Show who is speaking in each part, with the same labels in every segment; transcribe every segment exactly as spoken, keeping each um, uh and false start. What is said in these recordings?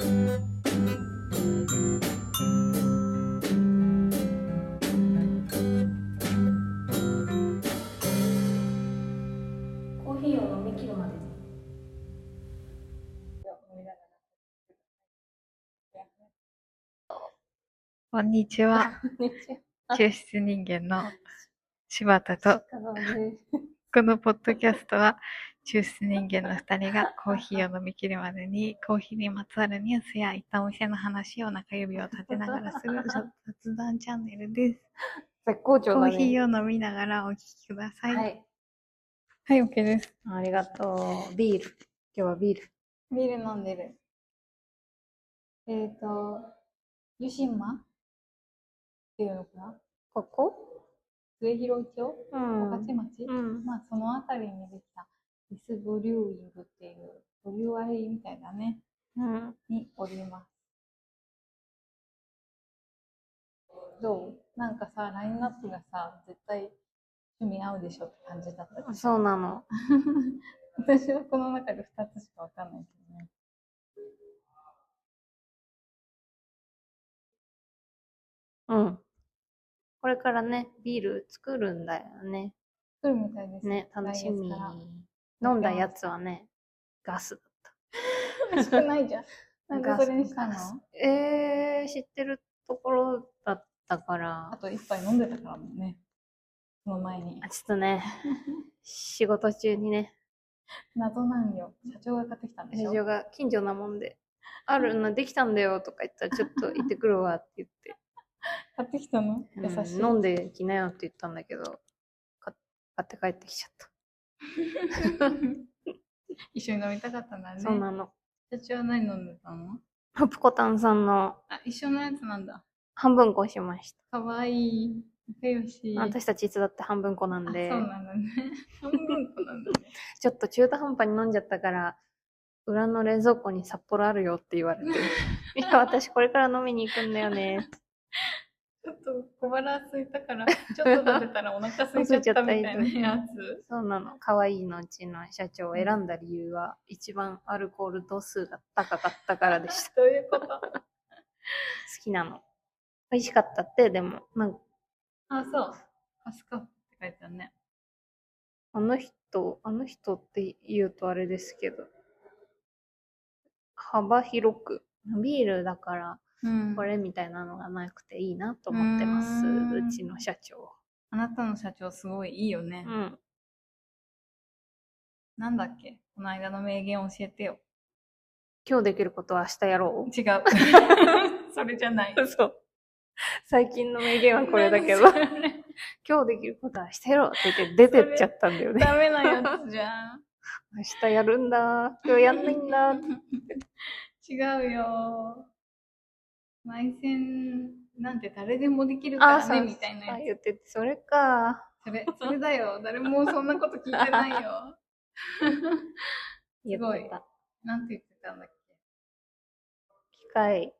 Speaker 1: コーヒーを飲み切るまで。
Speaker 2: こんにちは。抽出人間の柴田と、このポッドキャストは抽出人間のふたりがコーヒーを飲み切るまでにコーヒーにまつわるニュースや行ったお店の話を中指を立てながらする雑談チャンネルです。
Speaker 1: 絶好調だね。
Speaker 2: コーヒーを飲みながらお聞きください。
Speaker 1: はい。
Speaker 2: はい、OK です。
Speaker 1: ありがとう。ビール。今日はビール。
Speaker 2: ビール飲んでる。えっ、ー、と、湯島っていうのかな、
Speaker 1: ここ
Speaker 2: 末広町、
Speaker 1: うん。
Speaker 2: 御徒町、
Speaker 1: うん。
Speaker 2: まあそのあたりにできたディスブリューイングっていうブリュワリーみたいだね、
Speaker 1: うん。
Speaker 2: におります。どう？なんかさ、ラインナップがさ、絶対趣味合うでしょって感じだったでしょ。
Speaker 1: そうなの。
Speaker 2: 私はこの中でふたつしかわかんないけどね。
Speaker 1: うん。これからね、ビール作るんだよね。
Speaker 2: 作るみたいです
Speaker 1: ね、楽しみ。
Speaker 2: 来月から
Speaker 1: 飲んだやつはね、ガスだった。
Speaker 2: 美味しくないじゃん。なんでそれにしたの？
Speaker 1: えー、知ってるところだったから。
Speaker 2: あと一杯飲んでたからもんね。その前に。
Speaker 1: あ、ちょっとね、仕事中にね。
Speaker 2: 謎なんよ。社長が買ってきたんでしょ？
Speaker 1: 社長が近所なもんで、あるのできたんだよとか言ったら、ちょっと行ってくるわって言って。
Speaker 2: 買ってきたの？優しい。
Speaker 1: うん、飲んできなよって言ったんだけど、買って帰ってきちゃった。
Speaker 2: 一緒に飲みたかったんだね。
Speaker 1: そうなの。
Speaker 2: 社長は何飲んでたの？
Speaker 1: ハプコタンさんの。
Speaker 2: あ、一緒のやつなんだ。
Speaker 1: 半分こしました。
Speaker 2: かわいい。仲良し。
Speaker 1: 私たちいつだって半分こなんで。
Speaker 2: そうなんだね。半分こなんだね。
Speaker 1: ちょっと中途半端に飲んじゃったから、裏の冷蔵庫に札幌あるよって言われて。いや、私これから飲みに行くんだよね。
Speaker 2: ちょっと小腹空いたから、ちょっと食べたらお腹空いちゃったみたいなやつ。
Speaker 1: そうなの。可愛いのうちの社長を選んだ理由は、一番アルコール度数が高かったからでした。
Speaker 2: どういうこと？好
Speaker 1: きなの。美味しかったって、でも、なんか。
Speaker 2: あ、そう。カスカって書いてあるね。
Speaker 1: あの人、あの人って言うとあれですけど、幅広く、ビールだから、これみたいなのがなくていいなと思ってます。う, うちの社長。
Speaker 2: あなたの社長すごいいいよね。
Speaker 1: うん。
Speaker 2: なんだっけ？この間の名言教えてよ。
Speaker 1: 今日できることは明日やろう。
Speaker 2: 違う。それじゃない。
Speaker 1: そう。最近の名言はこれだけど。今日できることは明日やろうって言って出てっちゃったんだよね。
Speaker 2: ダメなやつじゃん。
Speaker 1: 明日やるんだ。今日やんないんだ。
Speaker 2: 違うよ。内戦なんて誰でもできるからねみたいなやつ。
Speaker 1: あ、言ってて、それか。
Speaker 2: それ、それだよ。誰もそんなこと聞いてないよ。すごい。なんて言ってたんだっけ？
Speaker 1: 機械。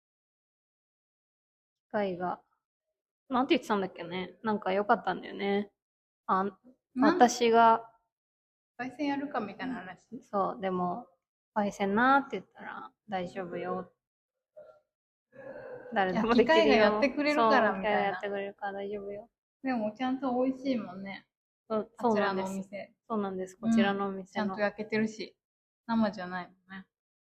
Speaker 1: 機械が。なんて言ってたんだっけね。なんか良かったんだよね。あ、私が。
Speaker 2: パイセンやるかみたいな話？
Speaker 1: そう、でも、パイセンなーって言ったら大丈夫よ。誰でもできるよ。機械
Speaker 2: がやってくれるからみたいな。
Speaker 1: 機械がやってくれるから大丈夫よ。
Speaker 2: でもちゃんと美味しいもんね。
Speaker 1: そう、
Speaker 2: こちらのお店。
Speaker 1: そうなんです。こちらのお店の、うん、
Speaker 2: ちゃんと焼けてるし、生じゃないもんね。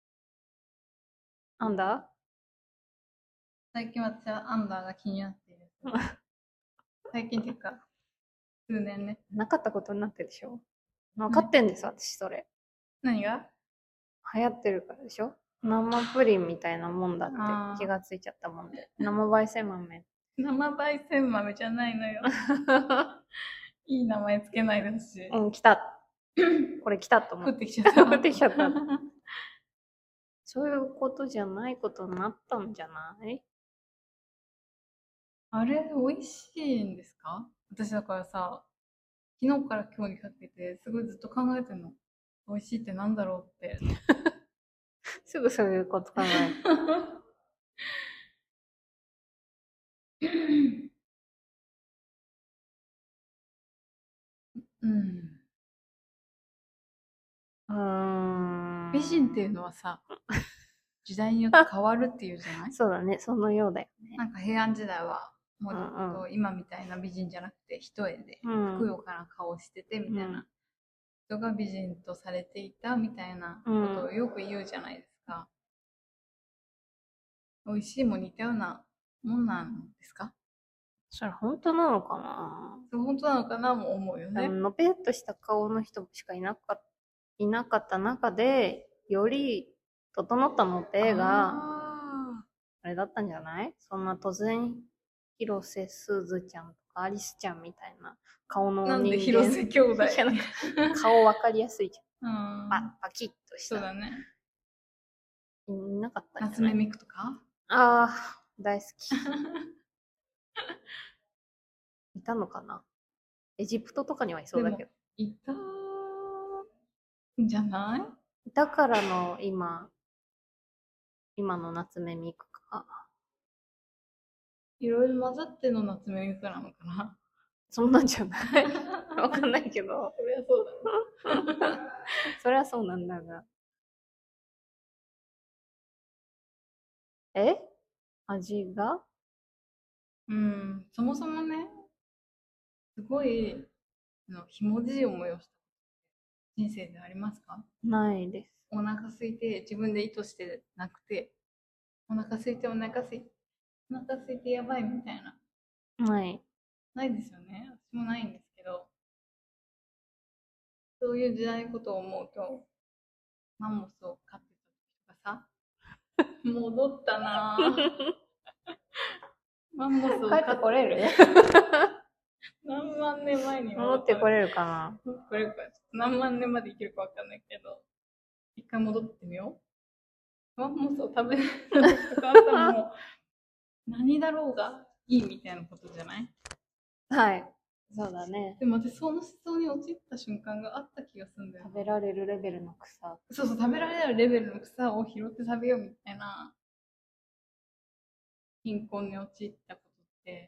Speaker 1: アンダー？
Speaker 2: 最近私はアンダーが気になっている。最近っていうか、数年ね。
Speaker 1: なかったことになってるでしょ？分かってんです、私それ。
Speaker 2: 何が？
Speaker 1: 流行ってるからでしょ？生プリンみたいなもんだって気がついちゃったもんで。生焙煎豆。
Speaker 2: 生焙煎豆じゃないのよ。いい名前つけないですし。
Speaker 1: うん、来た。これ来たと思って。
Speaker 2: 降ってきちゃった。
Speaker 1: 降ってきちゃった。そういうことじゃないことになったんじゃない？
Speaker 2: あれ、美味しいんですか？私だからさ、昨日から今日にかけてすごいずっと考えてるの。美味しいってなんだろうって。
Speaker 1: すぐそういうこと考え
Speaker 2: る。うん。
Speaker 1: うーん。
Speaker 2: 美人っていうのはさ、 時代によって変わるっていうじゃない？
Speaker 1: そうだね、そのようだよね。
Speaker 2: なんか平安時代はもうちょっ
Speaker 1: うんう
Speaker 2: と今みたいな美人じゃなくて一重で
Speaker 1: うん
Speaker 2: ふくよかな顔しててみたいな人が美人とされていたみたいなことをよく言うじゃないですか。美味しいも似たようなもんなんですか？
Speaker 1: それ本当なのかな。
Speaker 2: そう本当なのかなも思うよね。
Speaker 1: のぺっとした顔の人しかいなかいなかった中で、より整ったのぺが、
Speaker 2: あ
Speaker 1: あれだったんじゃない？そんな突然、広瀬すずちゃんとかアリスちゃんみたいな顔の人間。
Speaker 2: なんで広瀬兄弟
Speaker 1: いやなんか顔わかりやすいじ
Speaker 2: うん。
Speaker 1: ゃん。パパキッとした。
Speaker 2: そうだね。
Speaker 1: いなかったんじ
Speaker 2: 夏目
Speaker 1: ゃない？
Speaker 2: ミクとか
Speaker 1: ああ、大好き。いたのかな？エジプトとかにはいそうだけど。
Speaker 2: いたんじゃない？
Speaker 1: だからの今、今の夏目ミクか。
Speaker 2: いろいろ混ざっての夏目ミクなのかな。
Speaker 1: そんなんじゃないわかんないけど。
Speaker 2: そりゃそうだね。
Speaker 1: それはそうなんだが。え味が
Speaker 2: うん、そもそもね、すごい、の、ひもじい思いをした人生でありますか？
Speaker 1: ないです。
Speaker 2: お腹空いて、自分で意図してなくて、お腹空いてお腹空いて、お腹空いてやばいみたいな。
Speaker 1: ない。
Speaker 2: ないですよね。私もないんですけど、そういう時代のことを思うと、マンモスを飼ってた時とかさ、戻ったなぁ。マンモスを
Speaker 1: 帰ってこれる
Speaker 2: 何万年前に
Speaker 1: 戻ってこれるかな？
Speaker 2: これか何万年まで生きるかわかんないけど、一回戻ってみよう。マンモスを食べる時とかあったらもう、何だろうがいいみたいなことじゃない？
Speaker 1: はい。そうだね。
Speaker 2: でも私その思想に陥った瞬間があった気がするんだよ。
Speaker 1: 食べられるレベルの草。
Speaker 2: そうそう、食べられるレベルの草を拾って食べようみたいな貧困に陥ったことって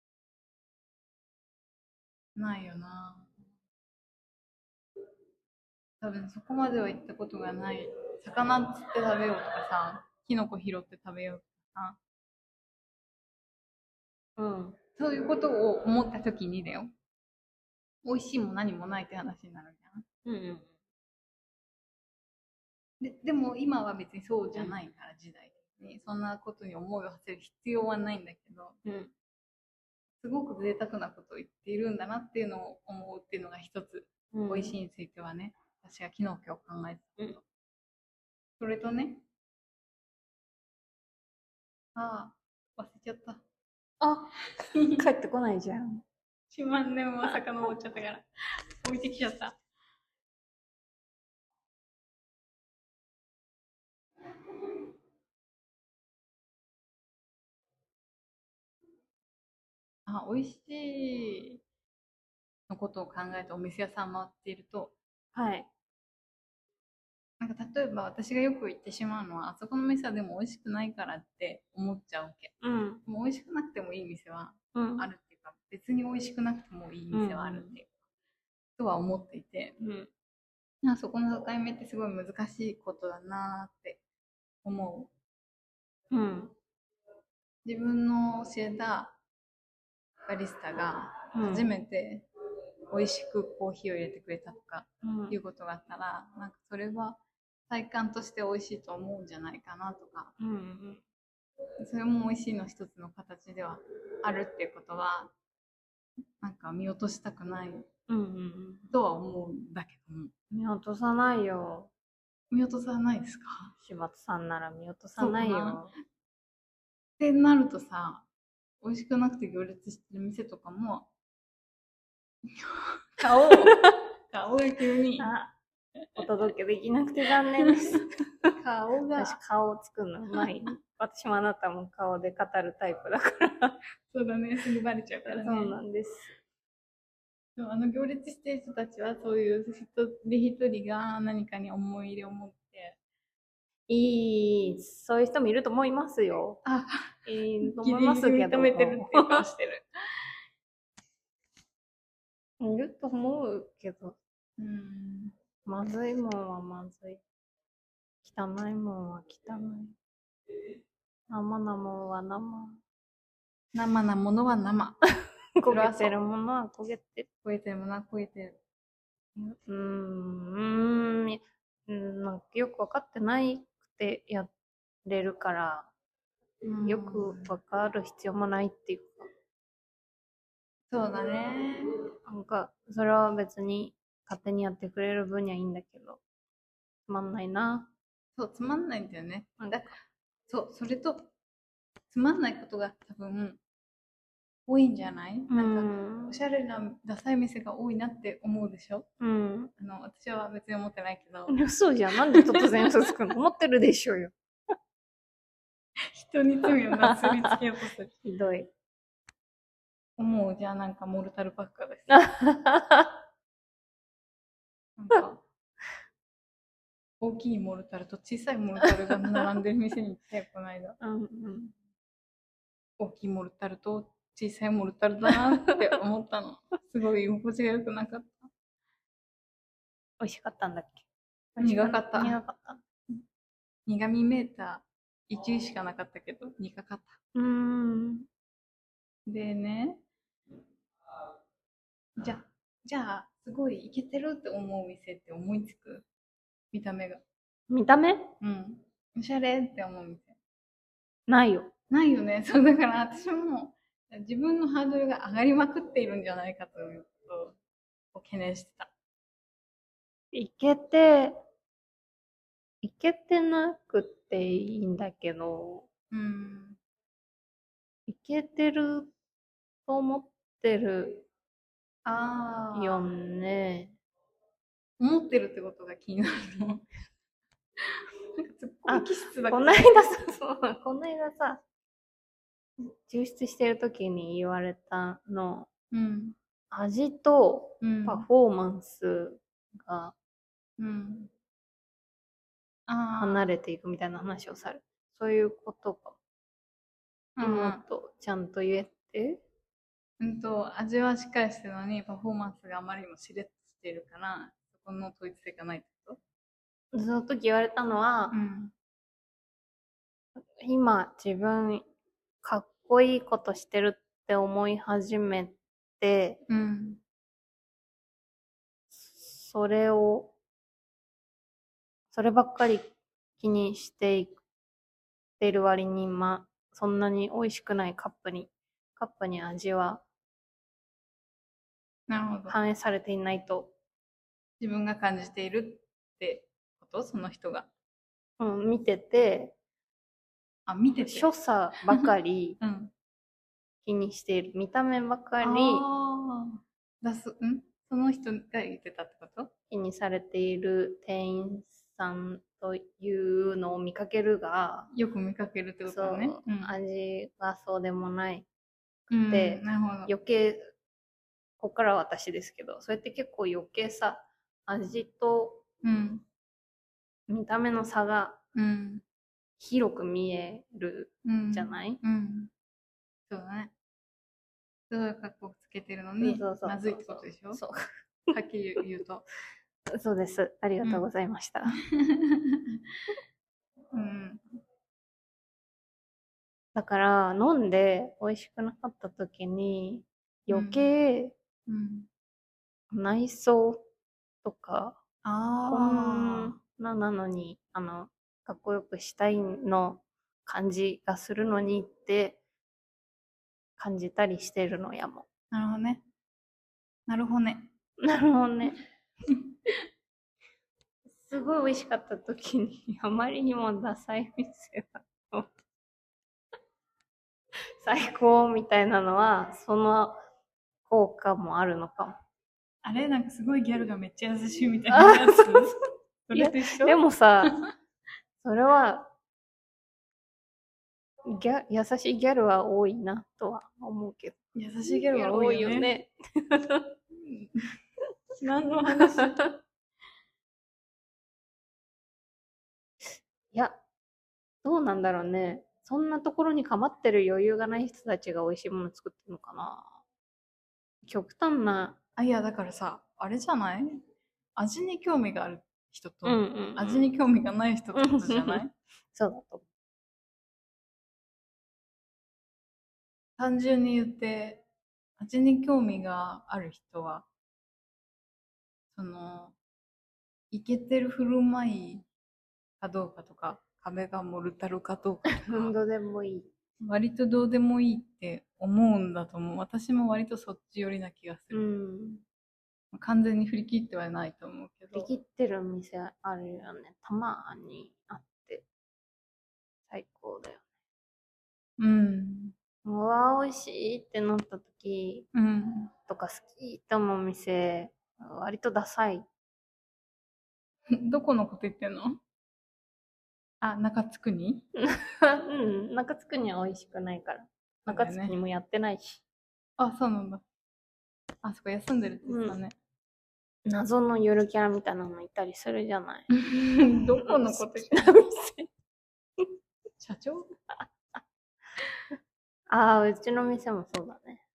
Speaker 2: ないよな。多分そこまでは行ったことがない。魚釣って食べようとかさ、キノコ拾って食べようとか
Speaker 1: うん。
Speaker 2: さ、そういうことを思った時にだよ。美味しいも何もないって話になるじゃん。
Speaker 1: うんうん。
Speaker 2: ででも今は別にそうじゃないから、時代にそんなことに思いを馳せる必要はないんだけど、
Speaker 1: うん。
Speaker 2: すごく贅沢なことを言っているんだなっていうのを思うっていうのが一つ、
Speaker 1: うん、
Speaker 2: 美味しいについてはね、私が昨日今日考えてたこと、
Speaker 1: うん、
Speaker 2: それとね、ああ忘れちゃった。
Speaker 1: あ帰ってこないじゃん。
Speaker 2: いちまん年は遡っちゃったから置いてきちゃった。あ、美味しいのことを考えてお店屋さん回っていると、
Speaker 1: はい。
Speaker 2: なんか例えば私がよく言ってしまうのは、あそこの店はでも美味しくないからって思っちゃうわけ。
Speaker 1: うん。
Speaker 2: もう美味しくなくてもいい店は
Speaker 1: うん。
Speaker 2: あるっていうか、別に美味しくなくてもいい店はあるっていうとは思っていて、
Speaker 1: うん。
Speaker 2: なんかそこの境目ってすごい難しいことだなって思
Speaker 1: うん。
Speaker 2: う。自分の教えたバリスタが初めて美味しくコーヒーを入れてくれたとかいうことがあったら、なんかそれは体感として美味しいと思うんじゃないかなとか、
Speaker 1: うん。
Speaker 2: それも美味しいの一つの形ではあるっていうことは、なんか見落としたくない
Speaker 1: うんうん。
Speaker 2: とは思うんだけども。
Speaker 1: 見落とさないよ。
Speaker 2: 見落とさないですか？
Speaker 1: 柴田さんなら見落とさないよ。
Speaker 2: ってなるとさ、美味しくなくて行列してる店とかも、顔顔が急に。
Speaker 1: あ、お届けできなくて残念です。
Speaker 2: 顔が。
Speaker 1: 私顔を作るのうまい。私もあなたも顔で語るタイプだから。
Speaker 2: そうだね、すぐバレちゃうからね。
Speaker 1: そうなんです。
Speaker 2: あの行列してる人たちはそういう一人一人が何かに思い入れを持って、
Speaker 1: いい、そういう人もいると思いますよ。
Speaker 2: あ、
Speaker 1: いいと思いますけど。
Speaker 2: ギリギリ認めてるっていう顔してる。
Speaker 1: いると思うけど。
Speaker 2: うん。
Speaker 1: まずいもんはまずい。 汚いもんは汚い。生なもんは生。
Speaker 2: 生なものは生。
Speaker 1: 焦げてるものは焦げてる。
Speaker 2: 焦げてるものは焦げてる。
Speaker 1: うーん、うーん、なんかよくわかってないくてやれるから、よくわかる必要もないっていうか。
Speaker 2: そうだね。
Speaker 1: なんか、それは別に勝手にやってくれる分にはいいんだけど、つまんないな。
Speaker 2: そう、つまんないんだよね。
Speaker 1: なんか
Speaker 2: だそう、それと、つまんないことが多分、多いんじゃない、
Speaker 1: う
Speaker 2: なんか、
Speaker 1: ん
Speaker 2: おしゃれなダサい店が多いなって思うでしょ。
Speaker 1: うん
Speaker 2: あの、私は別に思ってないけど、
Speaker 1: 嘘じゃん。なんで突然嘘つくの？思ってるでしょうよ。
Speaker 2: 人に罪をなすりつけようとする。
Speaker 1: ひどい。
Speaker 2: 思う。じゃあなんかモルタルばっかです。なんか、大きいモルタルと小さいモルタルが並んでる店に行ったよ、この間。
Speaker 1: うんうん。
Speaker 2: 大きいモルタルと小さいモルタルだなって思ったの。すごい居心地が良くなかった。
Speaker 1: 美味しかったんだっけ？
Speaker 2: 苦かった
Speaker 1: 苦かった。
Speaker 2: 苦味メーターいちいしかなかったけど、苦かった。
Speaker 1: うーん。
Speaker 2: でね、じゃあ、じゃあ、すごいイケてるって思う店って思いつく？見た目が。
Speaker 1: 見た目？
Speaker 2: うん。おしゃれって思う店。
Speaker 1: ないよ。
Speaker 2: ないよね。そう、だから私も自分のハードルが上がりまくっているんじゃないかということを懸念してた。
Speaker 1: いけて、いけてなくていいんだけど、
Speaker 2: うん。
Speaker 1: いけてると思ってる
Speaker 2: あ
Speaker 1: よ
Speaker 2: あ。
Speaker 1: ね。
Speaker 2: 思ってるってことが気になるの。なんかツッコミ気質だから。
Speaker 1: この間さ、そう、この間さ、抽出してる時に言われたの、
Speaker 2: うん。
Speaker 1: 味と
Speaker 2: うん。
Speaker 1: パフォーマンスが
Speaker 2: うん。ああ。
Speaker 1: 離れていくみたいな話をされる。そういうことか
Speaker 2: うんうん。
Speaker 1: もっとちゃんと言えて。
Speaker 2: うんと、味はしっかりしてるのに、パフォーマンスがあまりにもしれっとしてるから、そこの統一性がないってこ
Speaker 1: その時言われたのは、
Speaker 2: と？うん。
Speaker 1: 今自分かっこいいことしてるって思い始めて、
Speaker 2: うん。
Speaker 1: それを、そればっかり気にしていってる割に、ま、そんなに美味しくないカップに、カップに味は
Speaker 2: なるほど。
Speaker 1: 反映されていないと、
Speaker 2: 自分が感じているってことその人が。
Speaker 1: うん、見てて、
Speaker 2: あ、見てて。
Speaker 1: 所作ばかり
Speaker 2: うん。
Speaker 1: 気にしている。見た目ばかり
Speaker 2: ああ。出す、んその人が言ってたってこと
Speaker 1: 気にされている店員さんというのを見かけるが、
Speaker 2: よく見かけるってことだね。
Speaker 1: そう、
Speaker 2: うん。
Speaker 1: 味がそうでもない
Speaker 2: うん、
Speaker 1: で、
Speaker 2: なるほど。
Speaker 1: 余計、ここからは私ですけど、それって結構余計さ、味と
Speaker 2: うん。
Speaker 1: 見た目の差が
Speaker 2: うん。
Speaker 1: 広く見える
Speaker 2: うん。
Speaker 1: じゃない？
Speaker 2: うん。そうだね。すごい格好つけてるのに、
Speaker 1: そうそうそう
Speaker 2: まずいってことでしょ？
Speaker 1: そう。
Speaker 2: はっきり言うと。
Speaker 1: そうです。ありがとうございました。
Speaker 2: うん。
Speaker 1: だから、飲んで美味しくなかった時に、余計、
Speaker 2: うん。
Speaker 1: 内装とか、こ
Speaker 2: あ
Speaker 1: んななのに、あの、かっこよくしたいの感じがするのにって感じたりしてるのやも。
Speaker 2: あ。なるほどね。なるほどね。
Speaker 1: なるほどね。すごい美味しかった時に、あまりにもダサい店だと、最高みたいなのは、その効果もあるのかも。
Speaker 2: あれなんかすごいギャルがめっちゃ優しいみたいなやつ。それと一緒？
Speaker 1: でもさ、それは、ギャ優しいギャルは多いなとは思うけど。
Speaker 2: 優しいギャルが多いよね。
Speaker 1: ね。
Speaker 2: 何の話？
Speaker 1: いや、どうなんだろうね。そんなところに構ってる余裕がない人たちが美味しいもの作ってるのかな。極端な。
Speaker 2: あ、いや、だからさ、あれじゃない？味に興味がある人と、
Speaker 1: うんうんうん、
Speaker 2: 味に興味がない人ってことじゃない？
Speaker 1: そうだと。
Speaker 2: 単純に言って、味に興味がある人は、その、イケてる振る舞いかどうかとか、壁がモルタルかどうかとか、
Speaker 1: どうでもいい。
Speaker 2: 割とどうでもいいって思うんだと思う。私も割とそっち寄りな気がす
Speaker 1: う
Speaker 2: る。
Speaker 1: ん。
Speaker 2: 完全に振り切ってはないと思うけど。
Speaker 1: 振り切ってる店あるよね。たまにあって。最高だよね。
Speaker 2: うん。
Speaker 1: うわ、美味しいってなった時
Speaker 2: うん。
Speaker 1: とか好きって思う店、割とダサい。
Speaker 2: どこのこと言ってんの？あ、中津区に？
Speaker 1: うん、中津区には美味しくないから。中津区にもやってないし。
Speaker 2: あ、そうなんだ。あ、そこ休んでるって言ってたね。
Speaker 1: うん、謎のゆるキャラみたいなのいたりするじゃない。
Speaker 2: どこのこと言ってんの？社長？
Speaker 1: ああ、うちの店もそうだね。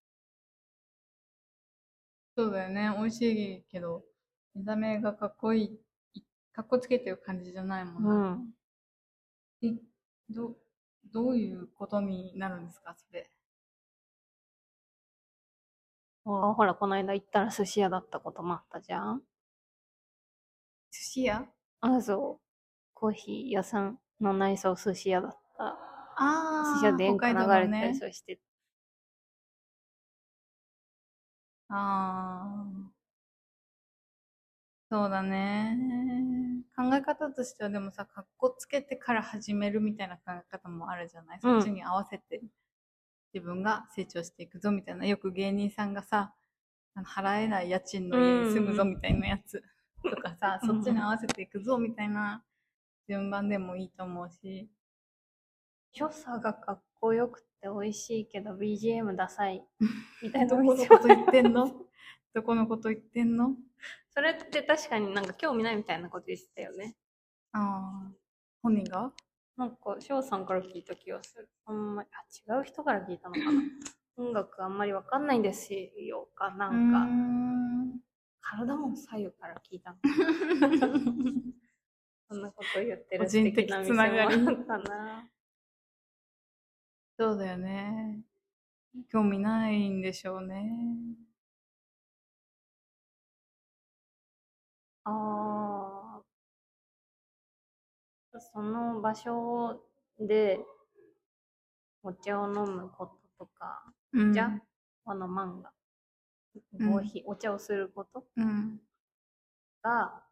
Speaker 2: そうだよね。美味しいけど、見た目がかっこいい、かっこつけてる感じじゃないもん
Speaker 1: う
Speaker 2: な。
Speaker 1: ん。
Speaker 2: え、ど、どういうことになるんですか、それ。
Speaker 1: ほら、この間行ったら寿司屋だったこともあったじゃん。
Speaker 2: 寿司屋？
Speaker 1: あ、そう。コーヒー屋さんの内装寿司屋だった。寿司屋
Speaker 2: ああ、
Speaker 1: で演歌
Speaker 2: 北海道
Speaker 1: 流れたり
Speaker 2: のね。
Speaker 1: そうして。
Speaker 2: ああ、そうだね。考え方としてはでもさ、かっこつけてから始めるみたいな考え方もあるじゃない？
Speaker 1: うん。
Speaker 2: そっちに合わせて自分が成長していくぞみたいな。よく芸人さんがさ、あの払えない家賃の家に住むぞみたいなやつとかさ、そっちに合わせていくぞみたいな順番でもいいと思うし。
Speaker 1: 所作がかっこよくて美味しいけど ビージーエム ダサいみたいな
Speaker 2: どこのこと言ってんの？どこのこと言ってんの？
Speaker 1: それって確かになんか興味ないみたいなこと言ってたよね。
Speaker 2: ああ、本人が？
Speaker 1: なんか翔さんから聞いた気がする。あんまり、あ、違う人から聞いたのかな。音楽あんまりわかんないんですよかなんか。体も左右から聞いたの。そんなこと言ってる素敵な店もあったな。
Speaker 2: そうだよね。興味ないんでしょうね。
Speaker 1: ああ、その場所でお茶を飲むこととか、
Speaker 2: うん、
Speaker 1: じゃあの漫画、コーヒー、お茶をすること
Speaker 2: うん、
Speaker 1: が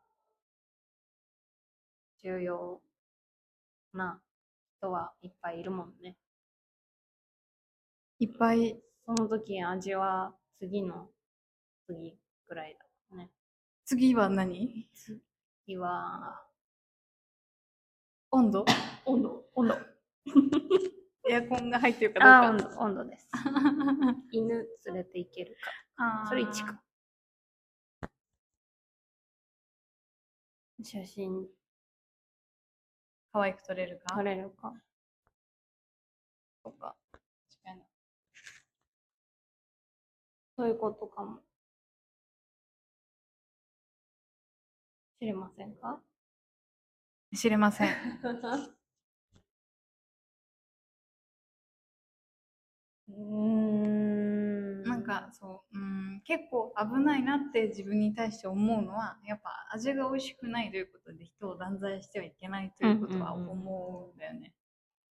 Speaker 1: 重要な人はいっぱいいるもんね。
Speaker 2: いっぱい。
Speaker 1: その時味は次の次ぐらいだね。
Speaker 2: 次は何？
Speaker 1: 次は、
Speaker 2: 温度？
Speaker 1: 温度、温度。
Speaker 2: エアコンが入ってるかどうか。
Speaker 1: あ、温度、温度です。犬連れて行けるか。それいちか。写真
Speaker 2: 可愛く撮れるか？
Speaker 1: 撮れるか。
Speaker 2: とか。
Speaker 1: そういうことかも。知れませんか？
Speaker 2: 知れません。
Speaker 1: うーん。
Speaker 2: なんかそう、うん、結構危ないなって自分に対して思うのは、やっぱ味が美味しくないということで人を断罪してはいけないということは思うんだよね。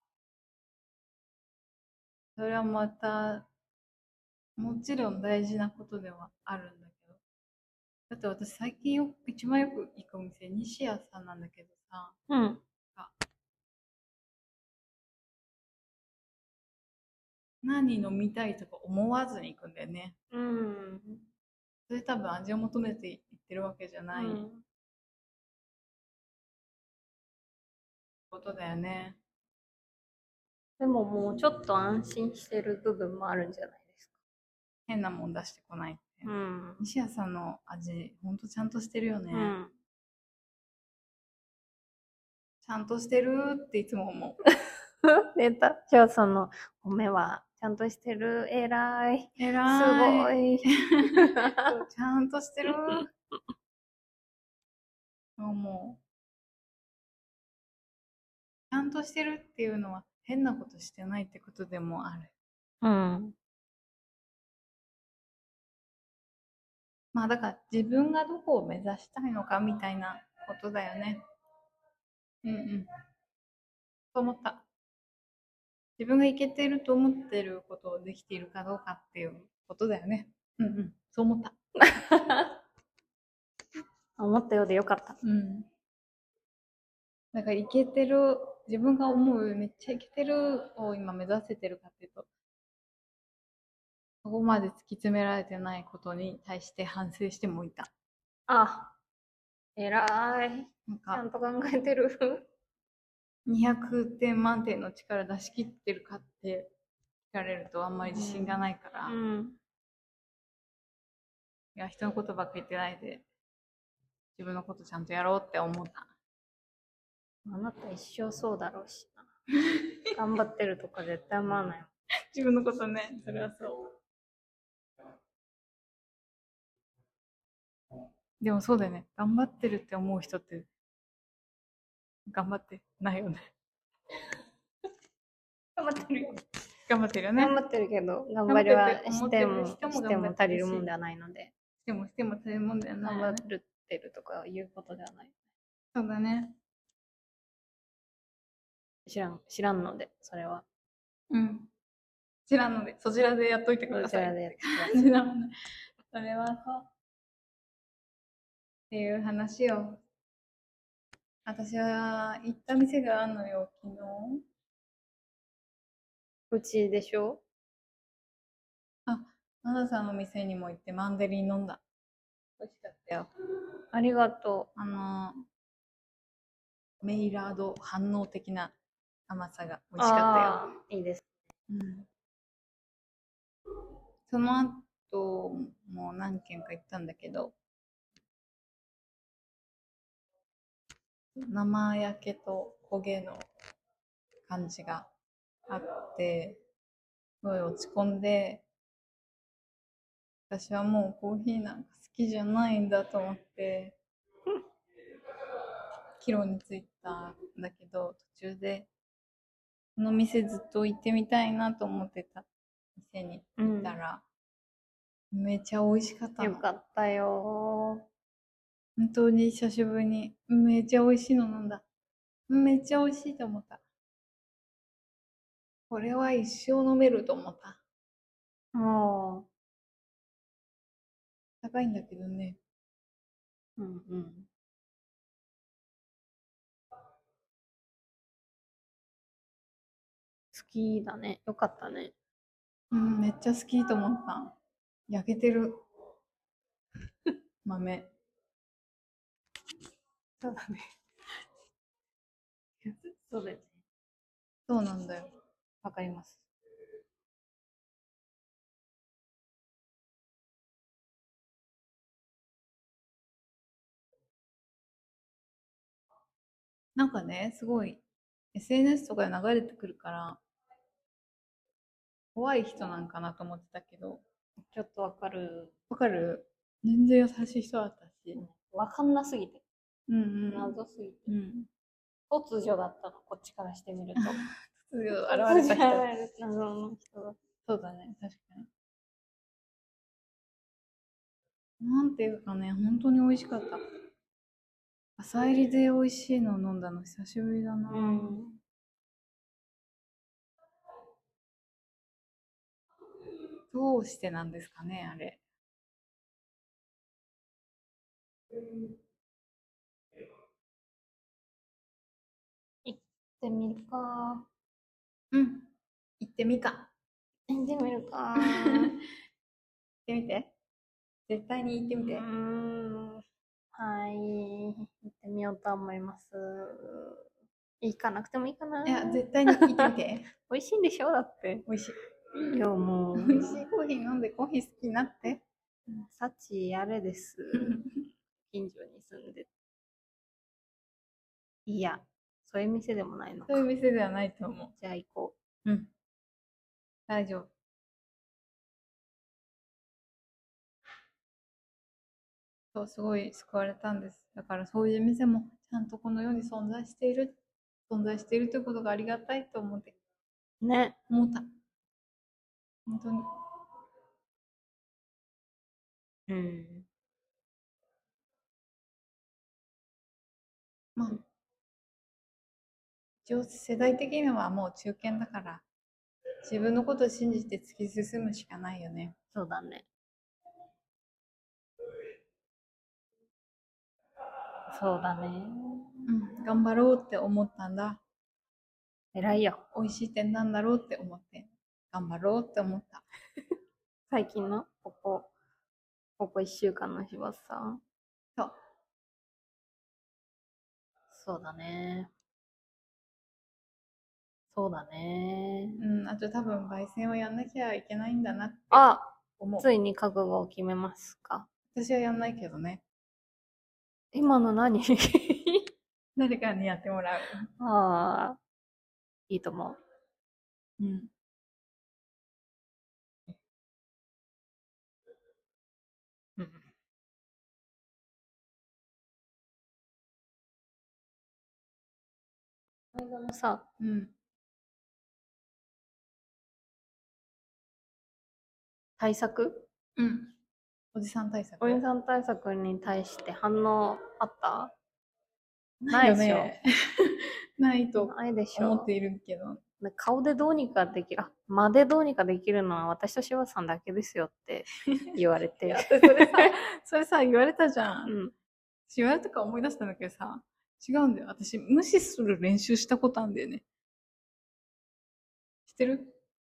Speaker 2: それはまた、もちろん大事なことではあるんだけど。だって私最近よく、一番よく行くお店、西屋さんなんだけどさ、
Speaker 1: うん。
Speaker 2: 何飲みたいとか思わずに行くんだよね。
Speaker 1: うん。
Speaker 2: それ多分味を求めて行ってるわけじゃないことだよね。
Speaker 1: でももうちょっと安心してる部分もあるんじゃないですか。
Speaker 2: 変なもん出してこないって。
Speaker 1: うん。
Speaker 2: 西谷さんの味、ほんとちゃんとしてるよね。
Speaker 1: うん。
Speaker 2: ちゃんとしてるっていつも思う。
Speaker 1: 出た。じゃあその、褒めは、ちゃんとしてる、えらい。
Speaker 2: えらい。
Speaker 1: すごい。
Speaker 2: ちゃんとしてる。 もう、ちゃんとしてるっていうのは変なことしてないってことでもある。
Speaker 1: うん。
Speaker 2: まあだから自分がどこを目指したいのかみたいなことだよね。うんうん。そう思った。自分がいけてると思ってることをできているかどうかっていうことだよね。うんうん。そう思った。
Speaker 1: 思ったようでよかった。
Speaker 2: うん。だからいけてる、自分が思うめっちゃいけてるを今目指せてるかっていうと、そこまで突き詰められてないことに対して反省してもいた。
Speaker 1: あ、偉い。
Speaker 2: なん
Speaker 1: ちゃん
Speaker 2: か、
Speaker 1: と考えてる。
Speaker 2: にひゃくてん満点の力出し切ってるかって聞かれるとあんまり自信がないから、
Speaker 1: う
Speaker 2: い
Speaker 1: ん。
Speaker 2: や、人のことばっか言ってないで、自分のことちゃんとやろうって思った。
Speaker 1: あなた一生そうだろうしな。頑張ってるとか絶対思わないもん。
Speaker 2: 自分のことね、それはそう。でもそうだよね。頑張ってるって思う人って、頑張ってないよね。
Speaker 1: 頑張ってるよ。
Speaker 2: 頑張ってるよね。
Speaker 1: 頑張ってるけど、頑張りはしても、しても足りるもんではないので。
Speaker 2: してもしても足りるもんではない、ね。
Speaker 1: 頑張ってるとかいうことではない。
Speaker 2: そうだね。
Speaker 1: 知らん、知らんので、それは。
Speaker 2: うん。知らんので、そちらでやっといてください。
Speaker 1: そちらでやってください。
Speaker 2: 知らんので。それはそう。っていう話を。私は行った店があるのよ、昨日。
Speaker 1: うちでしょ？
Speaker 2: あ、マナさんの店にも行ってマンデリン飲んだ。美味しかったよ。
Speaker 1: ありがと
Speaker 2: あの、メイラード反応的な甘さが美味しかったよ。
Speaker 1: いいです。
Speaker 2: うん。その後も何軒か行ったんだけど、生焼けと焦げの感じがあって、すごい落ち込んで、私はもうコーヒーなんか好きじゃないんだと思って、帰路に着いたんだけど、途中で、この店ずっと行ってみたいなと思ってた店に行ったら、うん、めっちゃ美味しかったの。
Speaker 1: よかったよ。
Speaker 2: 本当に久しぶりに、めっちゃ美味しいの飲んだ。めっちゃ美味しいと思った。これは一生飲めると思った。
Speaker 1: も
Speaker 2: 高いんだけどね。
Speaker 1: う、うんうん。好きだね。よかったね。
Speaker 2: うん、めっちゃ好きと思った。焼けてる。豆。
Speaker 1: そうだね。そうだよね。
Speaker 2: そうなんだよ。
Speaker 1: わかります。
Speaker 2: なんかね、すごい エスエヌエス とかで流れてくるから、怖い人なんかなと思ってたけど、
Speaker 1: ちょっとわかる。
Speaker 2: わかる？全然優しい人だったし。
Speaker 1: わかんなすぎて。
Speaker 2: うんうん。
Speaker 1: 謎すぎて。
Speaker 2: うん。
Speaker 1: 突如だったの、こっちからしてみると。
Speaker 2: 突如現れた人。
Speaker 1: 謎の人だ。
Speaker 2: そうだね、確かに。なんていうかね、本当に美味しかった。朝入りで美味しいのを飲んだの久しぶりだな。うん、どうしてなんですかね、あれ。
Speaker 1: 行ってみるか。
Speaker 2: うん。行ってみか。
Speaker 1: 行ってみるか。
Speaker 2: 行ってみて。絶対に行ってみて。
Speaker 1: うーん。はい。行ってみようと思います。行かなくてもいいかな。
Speaker 2: いや、絶対に行ってみて。
Speaker 1: 美味しいんでしょだって。
Speaker 2: 美味しい。
Speaker 1: いや、もう。
Speaker 2: 美味しいコーヒー飲んでコーヒー好きになって。
Speaker 1: 幸あれです。近所に住んで。いや、そういう店でもないのか。
Speaker 2: そういう店ではないと思う。
Speaker 1: じゃあ行こう。
Speaker 2: うん。大丈夫。 そう、すごい救われたんです。だからそういう店もちゃんとこの世に存在している、存在しているということがありがたいと思って、
Speaker 1: ね。
Speaker 2: 思った。本当に。
Speaker 1: うん。
Speaker 2: まあ、一応世代的にはもう中堅だから、自分のことを信じて突き進むしかないよね。
Speaker 1: そうだね。そうだね。
Speaker 2: うん、頑張ろうって思ったんだ。
Speaker 1: 偉いよ。
Speaker 2: 美味しい点なんだろうって思って、頑張ろうって思った。
Speaker 1: 最近のここ、ここ一週間の柴田さん。
Speaker 2: そう。
Speaker 1: そうだね。そうだね。
Speaker 2: うん、あと多分焙煎をやんなきゃいけないんだなって
Speaker 1: あ、
Speaker 2: 思う。
Speaker 1: ついに覚悟を決めますか？
Speaker 2: 私はやんないけどね。
Speaker 1: 今の何
Speaker 2: 誰かにやってもらう。
Speaker 1: ああ、いいと思
Speaker 2: うん。
Speaker 1: う。うん。間のさ、
Speaker 2: うん。
Speaker 1: 対策
Speaker 2: うん。おじさん対策
Speaker 1: おじさん対策に対して反応あった？
Speaker 2: ないよ
Speaker 1: ないでしょ。
Speaker 2: ね。ないと
Speaker 1: ないでしょ。
Speaker 2: 思っているけど。
Speaker 1: 顔でどうにかできる、あ、間でどうにかできるのは私と柴田さんだけですよって言われて。
Speaker 2: それさ、それさ、言われたじゃ。
Speaker 1: うんん。
Speaker 2: 言われたか思い出したんだけどさ、違うんだよ。私、無視する練習したことあるんだよね。知ってる？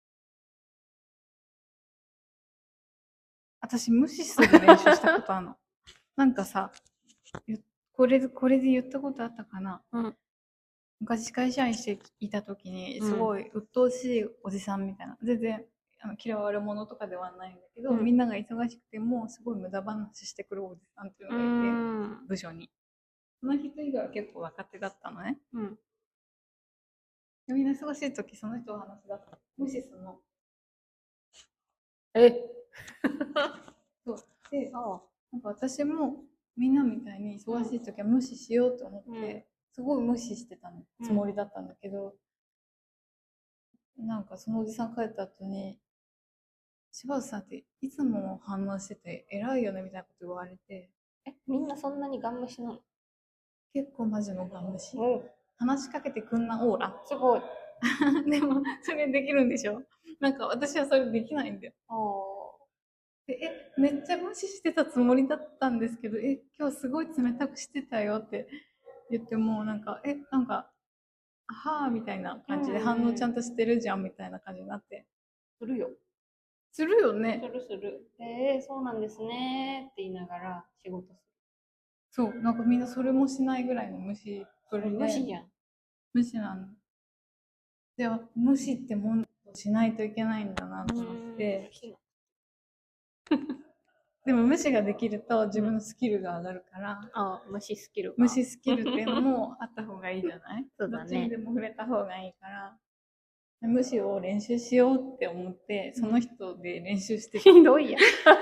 Speaker 2: 私、無視する練習したことあるの。なんかさ、これで、これで言ったことあったかな？
Speaker 1: うん。
Speaker 2: 昔会社員していた時に、
Speaker 1: うん
Speaker 2: すごい鬱陶しいおじさんみたいな。全然、あの嫌われ者とかではないんだけど、
Speaker 1: うん
Speaker 2: みんなが忙しくても、すごい無駄話してくるおじさんっていう
Speaker 1: うー
Speaker 2: のがいて、
Speaker 1: ん。
Speaker 2: 部署に。その人以外は結構若手だったのね。
Speaker 1: うん。
Speaker 2: でみんな忙しい時、その人を話し出す。無視するの。
Speaker 1: え
Speaker 2: そう。で、
Speaker 1: あ
Speaker 2: なんか私もみんなみたいに忙しい時は無視しようと思って、
Speaker 1: うん
Speaker 2: すごい無視してたの
Speaker 1: うん
Speaker 2: つもりだったんだけど、なんかそのおじさん帰った後に、柴田さんっていつも反応してて偉いよねみたいなこと言われて、
Speaker 1: え、みんなそんなにガン無視なの？
Speaker 2: 結構マジのガン無視。
Speaker 1: うん。
Speaker 2: 話しかけてくんなオーラ。
Speaker 1: すごい。
Speaker 2: でも、それできるんでしょ？なんか私はそれできないんだよ。
Speaker 1: ああ。
Speaker 2: でえ、めっちゃ無視してたつもりだったんですけど、え、今日すごい冷たくしてたよって言っても、なんか、え、なんか、はぁみたいな感じで反応ちゃんとしてるじゃんみたいな感じになって。
Speaker 1: するよ。
Speaker 2: するよ
Speaker 1: す
Speaker 2: ね。
Speaker 1: るする。えー、そうなんですねーって言いながら仕事す
Speaker 2: そう、なんかみんなそれもしないぐらいの無視それ
Speaker 1: る。
Speaker 2: で。
Speaker 1: 無視じゃん。
Speaker 2: 無視なの。では、無視ってもんしないといけないんだなと思って。でも無視ができると自分のスキルが上がるから、
Speaker 1: あ、無視スキルか。
Speaker 2: 無視スキルっていうのもあった方がいいじゃない？
Speaker 1: そうだね
Speaker 2: どっちにでも触れた方がいいから。無視を練習しようって思って、その人で練習してた。
Speaker 1: ひどいや。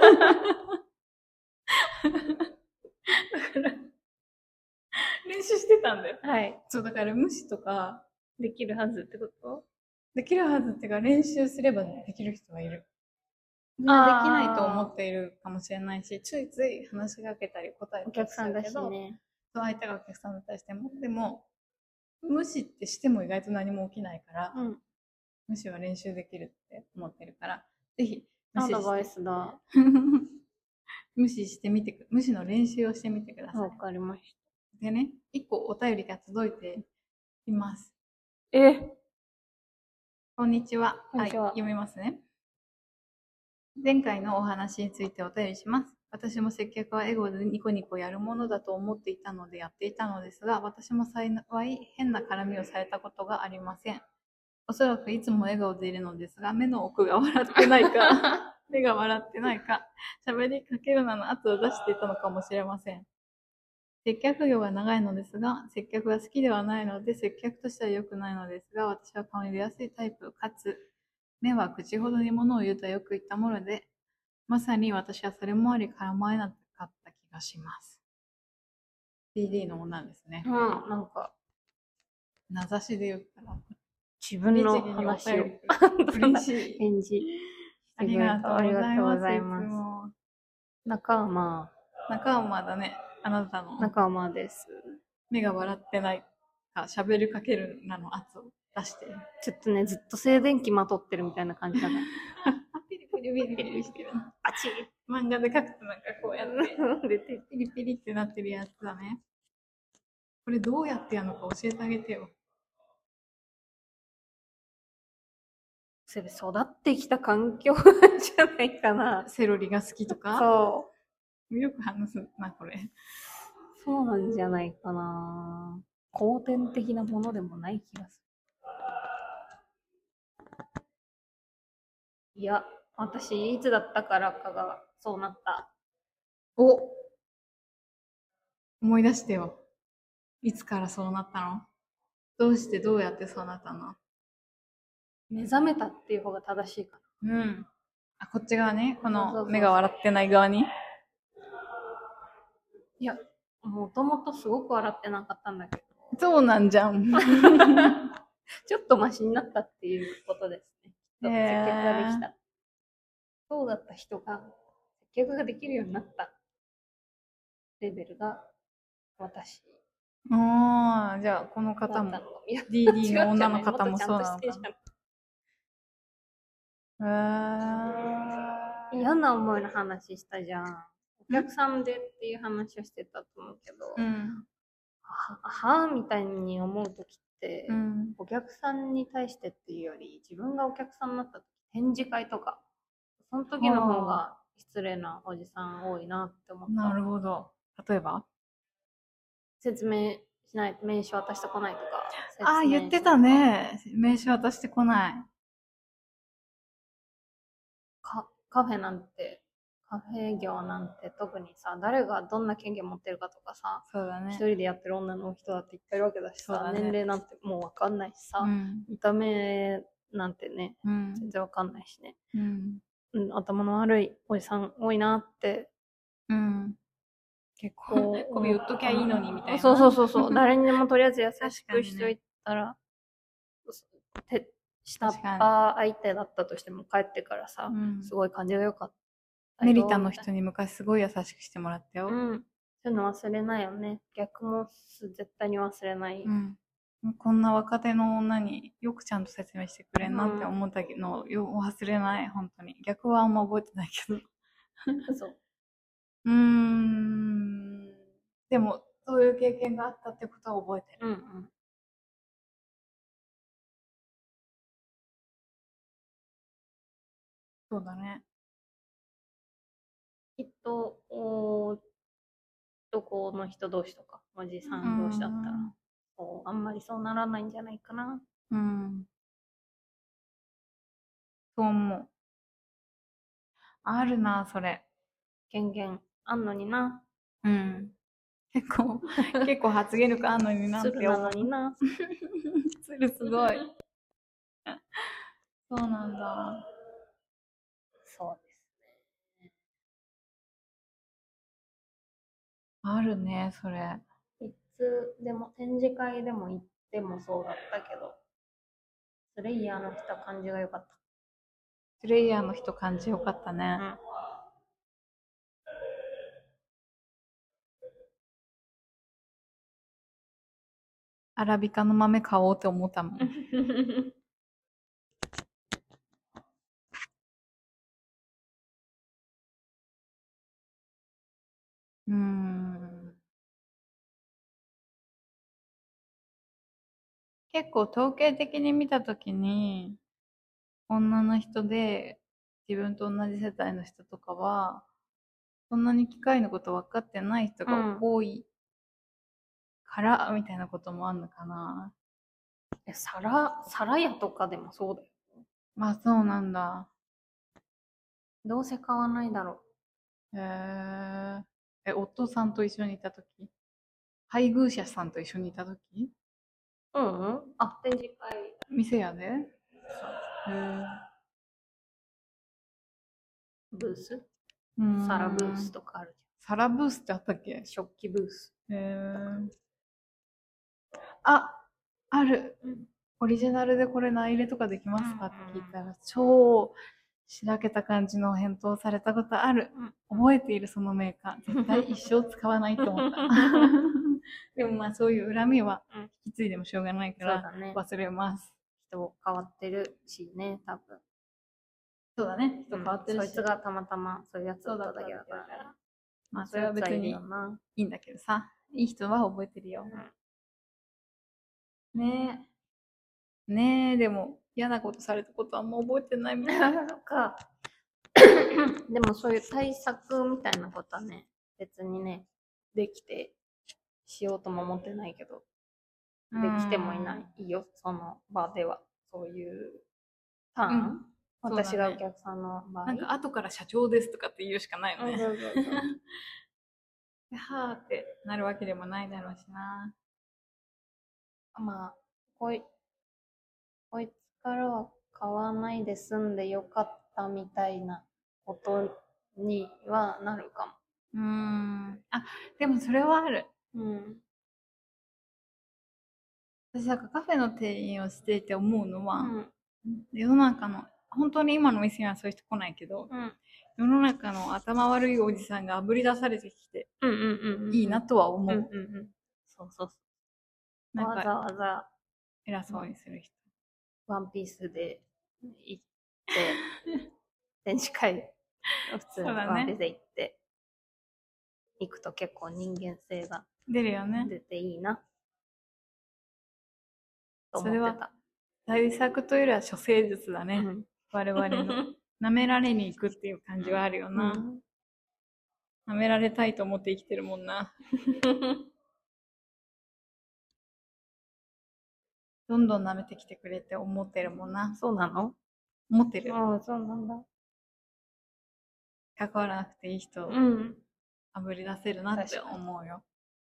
Speaker 2: 練習してたんだよ。
Speaker 1: はい。
Speaker 2: そう、だから無視とか、
Speaker 1: できるはずってこと？
Speaker 2: できるはずっていうか練習すればできる人はいる。みんなできないと思っているかもしれないし、ついつい話しかけたり答え
Speaker 1: お
Speaker 2: たり
Speaker 1: 客さんだし
Speaker 2: するけど、
Speaker 1: ね。
Speaker 2: そう相手がお客さんに対しても、でも、無視ってしても意外と何も起きないから、
Speaker 1: うん。
Speaker 2: 無視は練習できるって思ってるから、ぜひ無視
Speaker 1: アドバイ
Speaker 2: して、
Speaker 1: スだ。
Speaker 2: 無視してみてく、無視の練習をしてみてくださ
Speaker 1: わかりまし
Speaker 2: い。でね、一個お便りが届いています。
Speaker 1: た。え
Speaker 2: こんにちは。
Speaker 1: こんにちは
Speaker 2: はい、読みますね。前回のお話についてお便りします。私も接客はエゴでニコニコやるものだと思っていたのでやっていたのですが、私も幸い変な絡みをされたことがありません。おそらくいつも笑顔でいるのですが、目の奥が笑ってないか、目が笑ってないか、喋りかけるなの圧を出していたのかもしれません。接客業が長いのですが、接客が好きではないので、接客としては良くないのですが、私は顔に出やすいタイプ、かつ、目は口ほどに物を言うとはよく言ったもので、まさに私はそれもあり絡まえなかった気がします。ディーディー の女ですね。
Speaker 1: うん、なんか、
Speaker 2: 名指しで言ったら、
Speaker 1: 自分の話を、
Speaker 2: 嬉しい。
Speaker 1: 返事
Speaker 2: ありがとうございます。
Speaker 1: ありがとうござい
Speaker 2: いつ
Speaker 1: ます。
Speaker 2: も
Speaker 1: 仲間、
Speaker 2: 仲間だね。あなたの
Speaker 1: 仲間です。
Speaker 2: 目が笑ってないか、喋りかけるなの圧を出してる。
Speaker 1: ちょっとね、ずっと静電気まとってるみたいな感じだね。
Speaker 2: ピリピリピリピリしてる。
Speaker 1: あち
Speaker 2: 漫画で描くとなんかこうやって
Speaker 1: 出て
Speaker 2: ピリピリってなってるやつだね。これどうやってやるのか教えてあげてよ。
Speaker 1: それ育ってきた環境じゃないかな。
Speaker 2: セロリが好きとか
Speaker 1: そう。
Speaker 2: よく話すな、これ。
Speaker 1: そうなんじゃないかな。後天的なものでもない気がする。いや、私、いつだったからかがそうなった。
Speaker 2: お思い出してよ。いつからそうなったの？どうしてどうやってそうなったの？
Speaker 1: 目覚めたっていう方が正しいか
Speaker 2: うん。あ、こっち側ね。こ
Speaker 1: そうそうそう
Speaker 2: の目が笑ってない側に。
Speaker 1: な。いや、もともとすごく笑ってなかったんだけど。
Speaker 2: そうなんじゃん。
Speaker 1: ちょっとマシになったっていうことですね。接
Speaker 2: へー
Speaker 1: 客ができた。そうだった人が接客ができるようになったレベルが私
Speaker 2: ああ、じゃあこの
Speaker 1: だったの
Speaker 2: 方も
Speaker 1: かも。いや、
Speaker 2: ディーディー の女の
Speaker 1: 違うじゃない
Speaker 2: 方もそうなのか
Speaker 1: もっとちゃんとしてる
Speaker 2: な。へー
Speaker 1: 嫌な思いの話したじゃん。お客さんでっていう話をしてたと思うけど、
Speaker 2: うん。
Speaker 1: ははみたいに思う時って、
Speaker 2: うん。
Speaker 1: お客さんに対してっていうより自分がお客さんになった時、展示会とかその時の方が失礼なおじさん多いなって思った。
Speaker 2: なるほど。例えば
Speaker 1: 説明しないと名刺渡してこないとか。
Speaker 2: ああ、言ってたね。名刺渡してこない。
Speaker 1: かカフェなんて、カフェ業なんて特にさ、誰がどんな権限持ってるかとかさ、
Speaker 2: そうだね。
Speaker 1: 一人でやってる女の人だっていっぱいいるわけだしさ、
Speaker 2: ね、
Speaker 1: 年齢なんてもうわかんないしさ、
Speaker 2: うん、
Speaker 1: 見た目なんてね、
Speaker 2: うん、
Speaker 1: 全然わかんないしね、
Speaker 2: うん
Speaker 1: うん、頭の悪いおじさん多いなって、
Speaker 2: うん、
Speaker 1: 結構
Speaker 2: 媚び売っときゃいいのにみたいな。
Speaker 1: そうそうそうそう、誰にでもとりあえず優しくしといたら、て下っ端相手だったとしても帰ってからさ、うん、すごい感じが良かった。
Speaker 2: メリタの人に昔すごい優しくしてもらったよ。
Speaker 1: うん。そういうの忘れないよね。逆も絶対に忘れない。
Speaker 2: うん。こんな若手の女によくちゃんと説明してくれんなって思ったのをよ忘れない、本当に。逆はあんま覚えてないけど。
Speaker 1: そう。
Speaker 2: うーん。でも、そういう経験があったってことは覚えてる。
Speaker 1: うんうん。
Speaker 2: そうだね。
Speaker 1: きっと、お男の人同士とか、おじさん同士だったら、あんまりそうならないんじゃないかな。
Speaker 2: うん。そう思う。あるな、それ。
Speaker 1: 権限あんのにな。
Speaker 2: うん。結構、結構発言力あんのになって思う。
Speaker 1: 鶴なのにな。
Speaker 2: 鶴すごい。そうなんだ。
Speaker 1: そうですね。
Speaker 2: あるね、それ。
Speaker 1: いつでも、展示会でも行ってもそうだったけど、スレイヤーの人感じが良かった。
Speaker 2: スレイヤーの人感じよかったね。うん、アラビカの豆買おうって思ったもん。うーん。結構統計的に見たときに、女の人で自分と同じ世代の人とかは、そんなに機械のこと分かってない人が多いから、うん、みたいなこともあんのかな。
Speaker 1: え、皿、皿屋とかでもそうだよ。
Speaker 2: まあそうなんだ。
Speaker 1: どうせ買わないだろ
Speaker 2: う。へえ。え、夫さんと一緒にいたとき？配偶者さんと一緒にいたとき？
Speaker 1: うんうん。あ、展示会。
Speaker 2: 店屋で？へえ。
Speaker 1: ブース？うん。皿ブースとかある
Speaker 2: 皿ブースってあったっけ？
Speaker 1: 食器ブース。
Speaker 2: へー。あ、ある。
Speaker 1: うん。
Speaker 2: オリジナルでこれ内入れとかできますかって聞い
Speaker 1: うん
Speaker 2: たら、超しらけた感じの返答されたことある。
Speaker 1: うん。
Speaker 2: 覚えているそのメーカー。絶対一生使わないと思った。でもまあそういう恨みは
Speaker 1: うん。
Speaker 2: 引き継いでもしょうがないから
Speaker 1: そうだね。
Speaker 2: 忘れます。
Speaker 1: 人変わってるしね、多分。
Speaker 2: そうだね。人
Speaker 1: うん
Speaker 2: 変わってるし。
Speaker 1: そいつがたまたまそういうやつだ
Speaker 2: そうだったた
Speaker 1: っだけだか
Speaker 2: だけだから。
Speaker 1: ら。
Speaker 2: まあそれは別に
Speaker 1: いいよな。
Speaker 2: いいんだけどさ。いい人は覚えてるよ。ねえ。ねえ、でも嫌なことされたことあんま覚えてないみたい。
Speaker 1: なんか、でもそういう対策みたいなことはね、別にね、できてしようとも思ってないけど、できてもいない。いいよ、その場では。そういうターン、
Speaker 2: うんそうだね
Speaker 1: 私がお客さんの場合。
Speaker 2: なんか後から社長ですとかって言うしかないよね。
Speaker 1: うんそうそうそう
Speaker 2: ではーってなるわけでもないだろうしな。
Speaker 1: まあ、こい、こいつからは買わないで済んでよかったみたいなことにはなるか
Speaker 2: うーん。あ、でもそれはある。
Speaker 1: も。うん。
Speaker 2: 私なんかカフェの店員をしていて思うのは、
Speaker 1: うん。
Speaker 2: 世の中の、本当に今の店にはそういう人来ないけど、
Speaker 1: うん。
Speaker 2: 世の中の頭悪いおじさんがあぶり出されてきて、
Speaker 1: うんうんうんうん。
Speaker 2: いいなとは思う。
Speaker 1: うんうんうん。そうそうそう。
Speaker 2: なん
Speaker 1: わざ
Speaker 2: か
Speaker 1: わざ
Speaker 2: 偉そうにする人。
Speaker 1: ワンピースで行って、展示会、普通に
Speaker 2: そうだね
Speaker 1: ワンピースで行って、行くと結構人間性が
Speaker 2: 出るよね。
Speaker 1: 出ていいな、と
Speaker 2: それは
Speaker 1: 思ってた。
Speaker 2: 対策というよりは処世術だね。
Speaker 1: うん
Speaker 2: 我々の。舐められに行くっていう感じはあるよな。
Speaker 1: うん
Speaker 2: 舐められたいと思って生きてるもんな。どんどん舐めてきてくれって思ってるもんな。
Speaker 1: そうなの？
Speaker 2: 思ってる。
Speaker 1: ああ、そうなんだ。
Speaker 2: 関わらなくていい人を
Speaker 1: うん。
Speaker 2: あぶり出せるなって思うよ。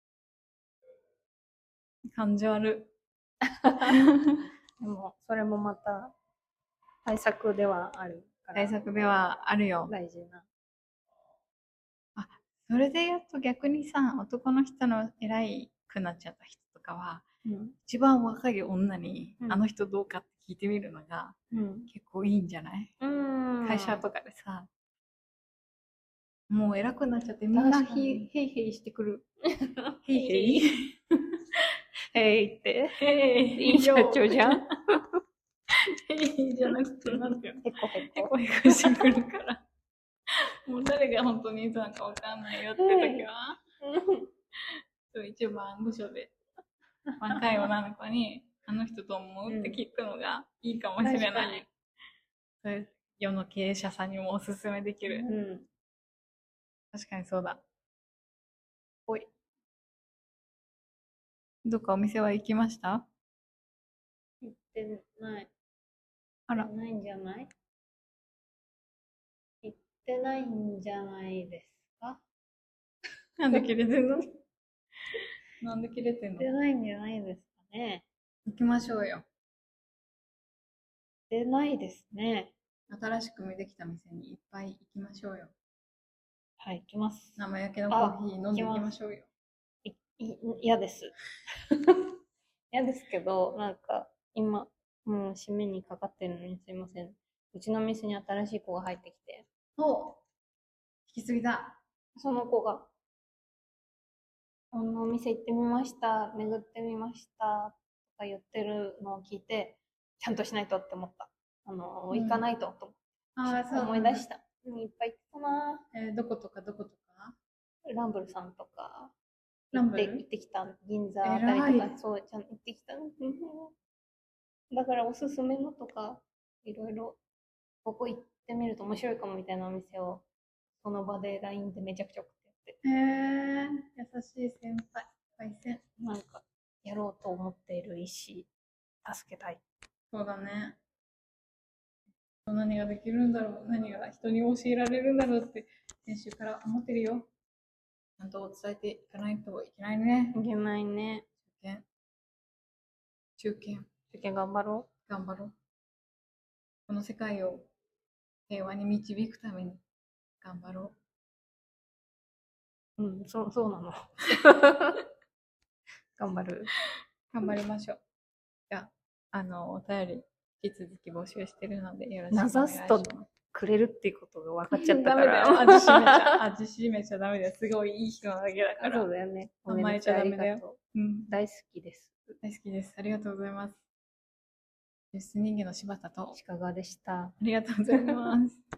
Speaker 2: 感じ悪。
Speaker 1: でも、それもまた対策ではあるから。
Speaker 2: 対策ではあるよ。
Speaker 1: 大事な。
Speaker 2: あ、それで言うと逆にさ、男の人の偉いくなっちゃった人とかは、
Speaker 1: うん。
Speaker 2: 一番若い女に、
Speaker 1: うん
Speaker 2: あの人どうかって聞いてみるのが
Speaker 1: うん。
Speaker 2: 結構いいんじゃない、
Speaker 1: うん。
Speaker 2: 会社とかでさ、もう偉くなっちゃってみんな
Speaker 1: 確かに
Speaker 2: ヘイヘイしてくる。ヘイヘイ
Speaker 1: へいって。
Speaker 2: ヘイ
Speaker 1: いい社長じゃん。
Speaker 2: ヘイヘイじゃなくて、なんていうの
Speaker 1: へこへこ。
Speaker 2: ヘコヘコしてくるから。もう誰が本当にいつなのかわかんないよって時は、そう一番部署で若い女の子に、あの人と思うって聞くのがいいかもしれ
Speaker 1: 確かに
Speaker 2: ない。それ世の経営者さんにもおすすめできる。
Speaker 1: うん。
Speaker 2: 確かにそうだ。おい。どっかお店は行きました？
Speaker 1: 行ってない。
Speaker 2: あら
Speaker 1: 行って、ないんじゃない行ってないんじゃないですか？
Speaker 2: なんで切れてんのなんで切れてんの？
Speaker 1: 行ってないんじゃないですかね。
Speaker 2: 行きましょうよ。
Speaker 1: 行ってないですね。
Speaker 2: 新しくできた店にいっぱい行きましょうよ。
Speaker 1: はい、行きます。
Speaker 2: 生焼けのコーヒー飲んでいきましょうよ。
Speaker 1: いい嫌です。嫌ですけど、なんか、今、もう締めにかかってるのにすいません。うちの店に新しい子が入ってきて、
Speaker 2: お引き継ぎだ。
Speaker 1: その子が、あのお店行ってみました、巡ってみました、とか言ってるのを聞いて、ちゃんとしないとって思った。あの、
Speaker 2: うん
Speaker 1: 行かないとと思って
Speaker 2: ああ、そう
Speaker 1: 思い出した。うんいっぱい行ったな
Speaker 2: えーどことかどことか
Speaker 1: ランブルさんとか、
Speaker 2: ランブル
Speaker 1: 行って行ってきた。銀座あたりとか、
Speaker 2: 偉い
Speaker 1: そう、ちゃんと行ってきた。だからおすすめのとか、いろいろ、ここ行ってみると面白いかもみたいなお店を、その場で ライン でめちゃくちゃ送ってやっ
Speaker 2: へえ、優しい先輩。パイセン。
Speaker 1: て、なんか、やろうと思っている意思、助けたい。
Speaker 2: そうだね。何ができるんだろう、何が人に教えられるんだろうって先週から思ってるよ。ちゃんと伝えていかないといけないね。
Speaker 1: いけないね。
Speaker 2: 受験。中堅。
Speaker 1: 受験頑張ろ
Speaker 2: 頑張ろう。この世界を平和に導くために頑張ろう。
Speaker 1: うん、そう、そうなの。頑張る。
Speaker 2: 頑張りましょう。じゃあ、あの、お便り、引き続き募集してるので、よろしくお願いします。
Speaker 1: 名指すとくれるっていうことが分かっちゃった
Speaker 2: ダ
Speaker 1: から。
Speaker 2: メだよ。味しめちゃ、味しめちゃダメだよ。すごいいい人なだけだから。
Speaker 1: そうだよね。
Speaker 2: 甘えちゃダメだよ
Speaker 1: めっちゃありがとう。
Speaker 2: うん。
Speaker 1: 大好きです。
Speaker 2: 大好きです。ありがとうございます。ジュース人間の柴田と
Speaker 1: 鹿川でした。
Speaker 2: ありがとうございます。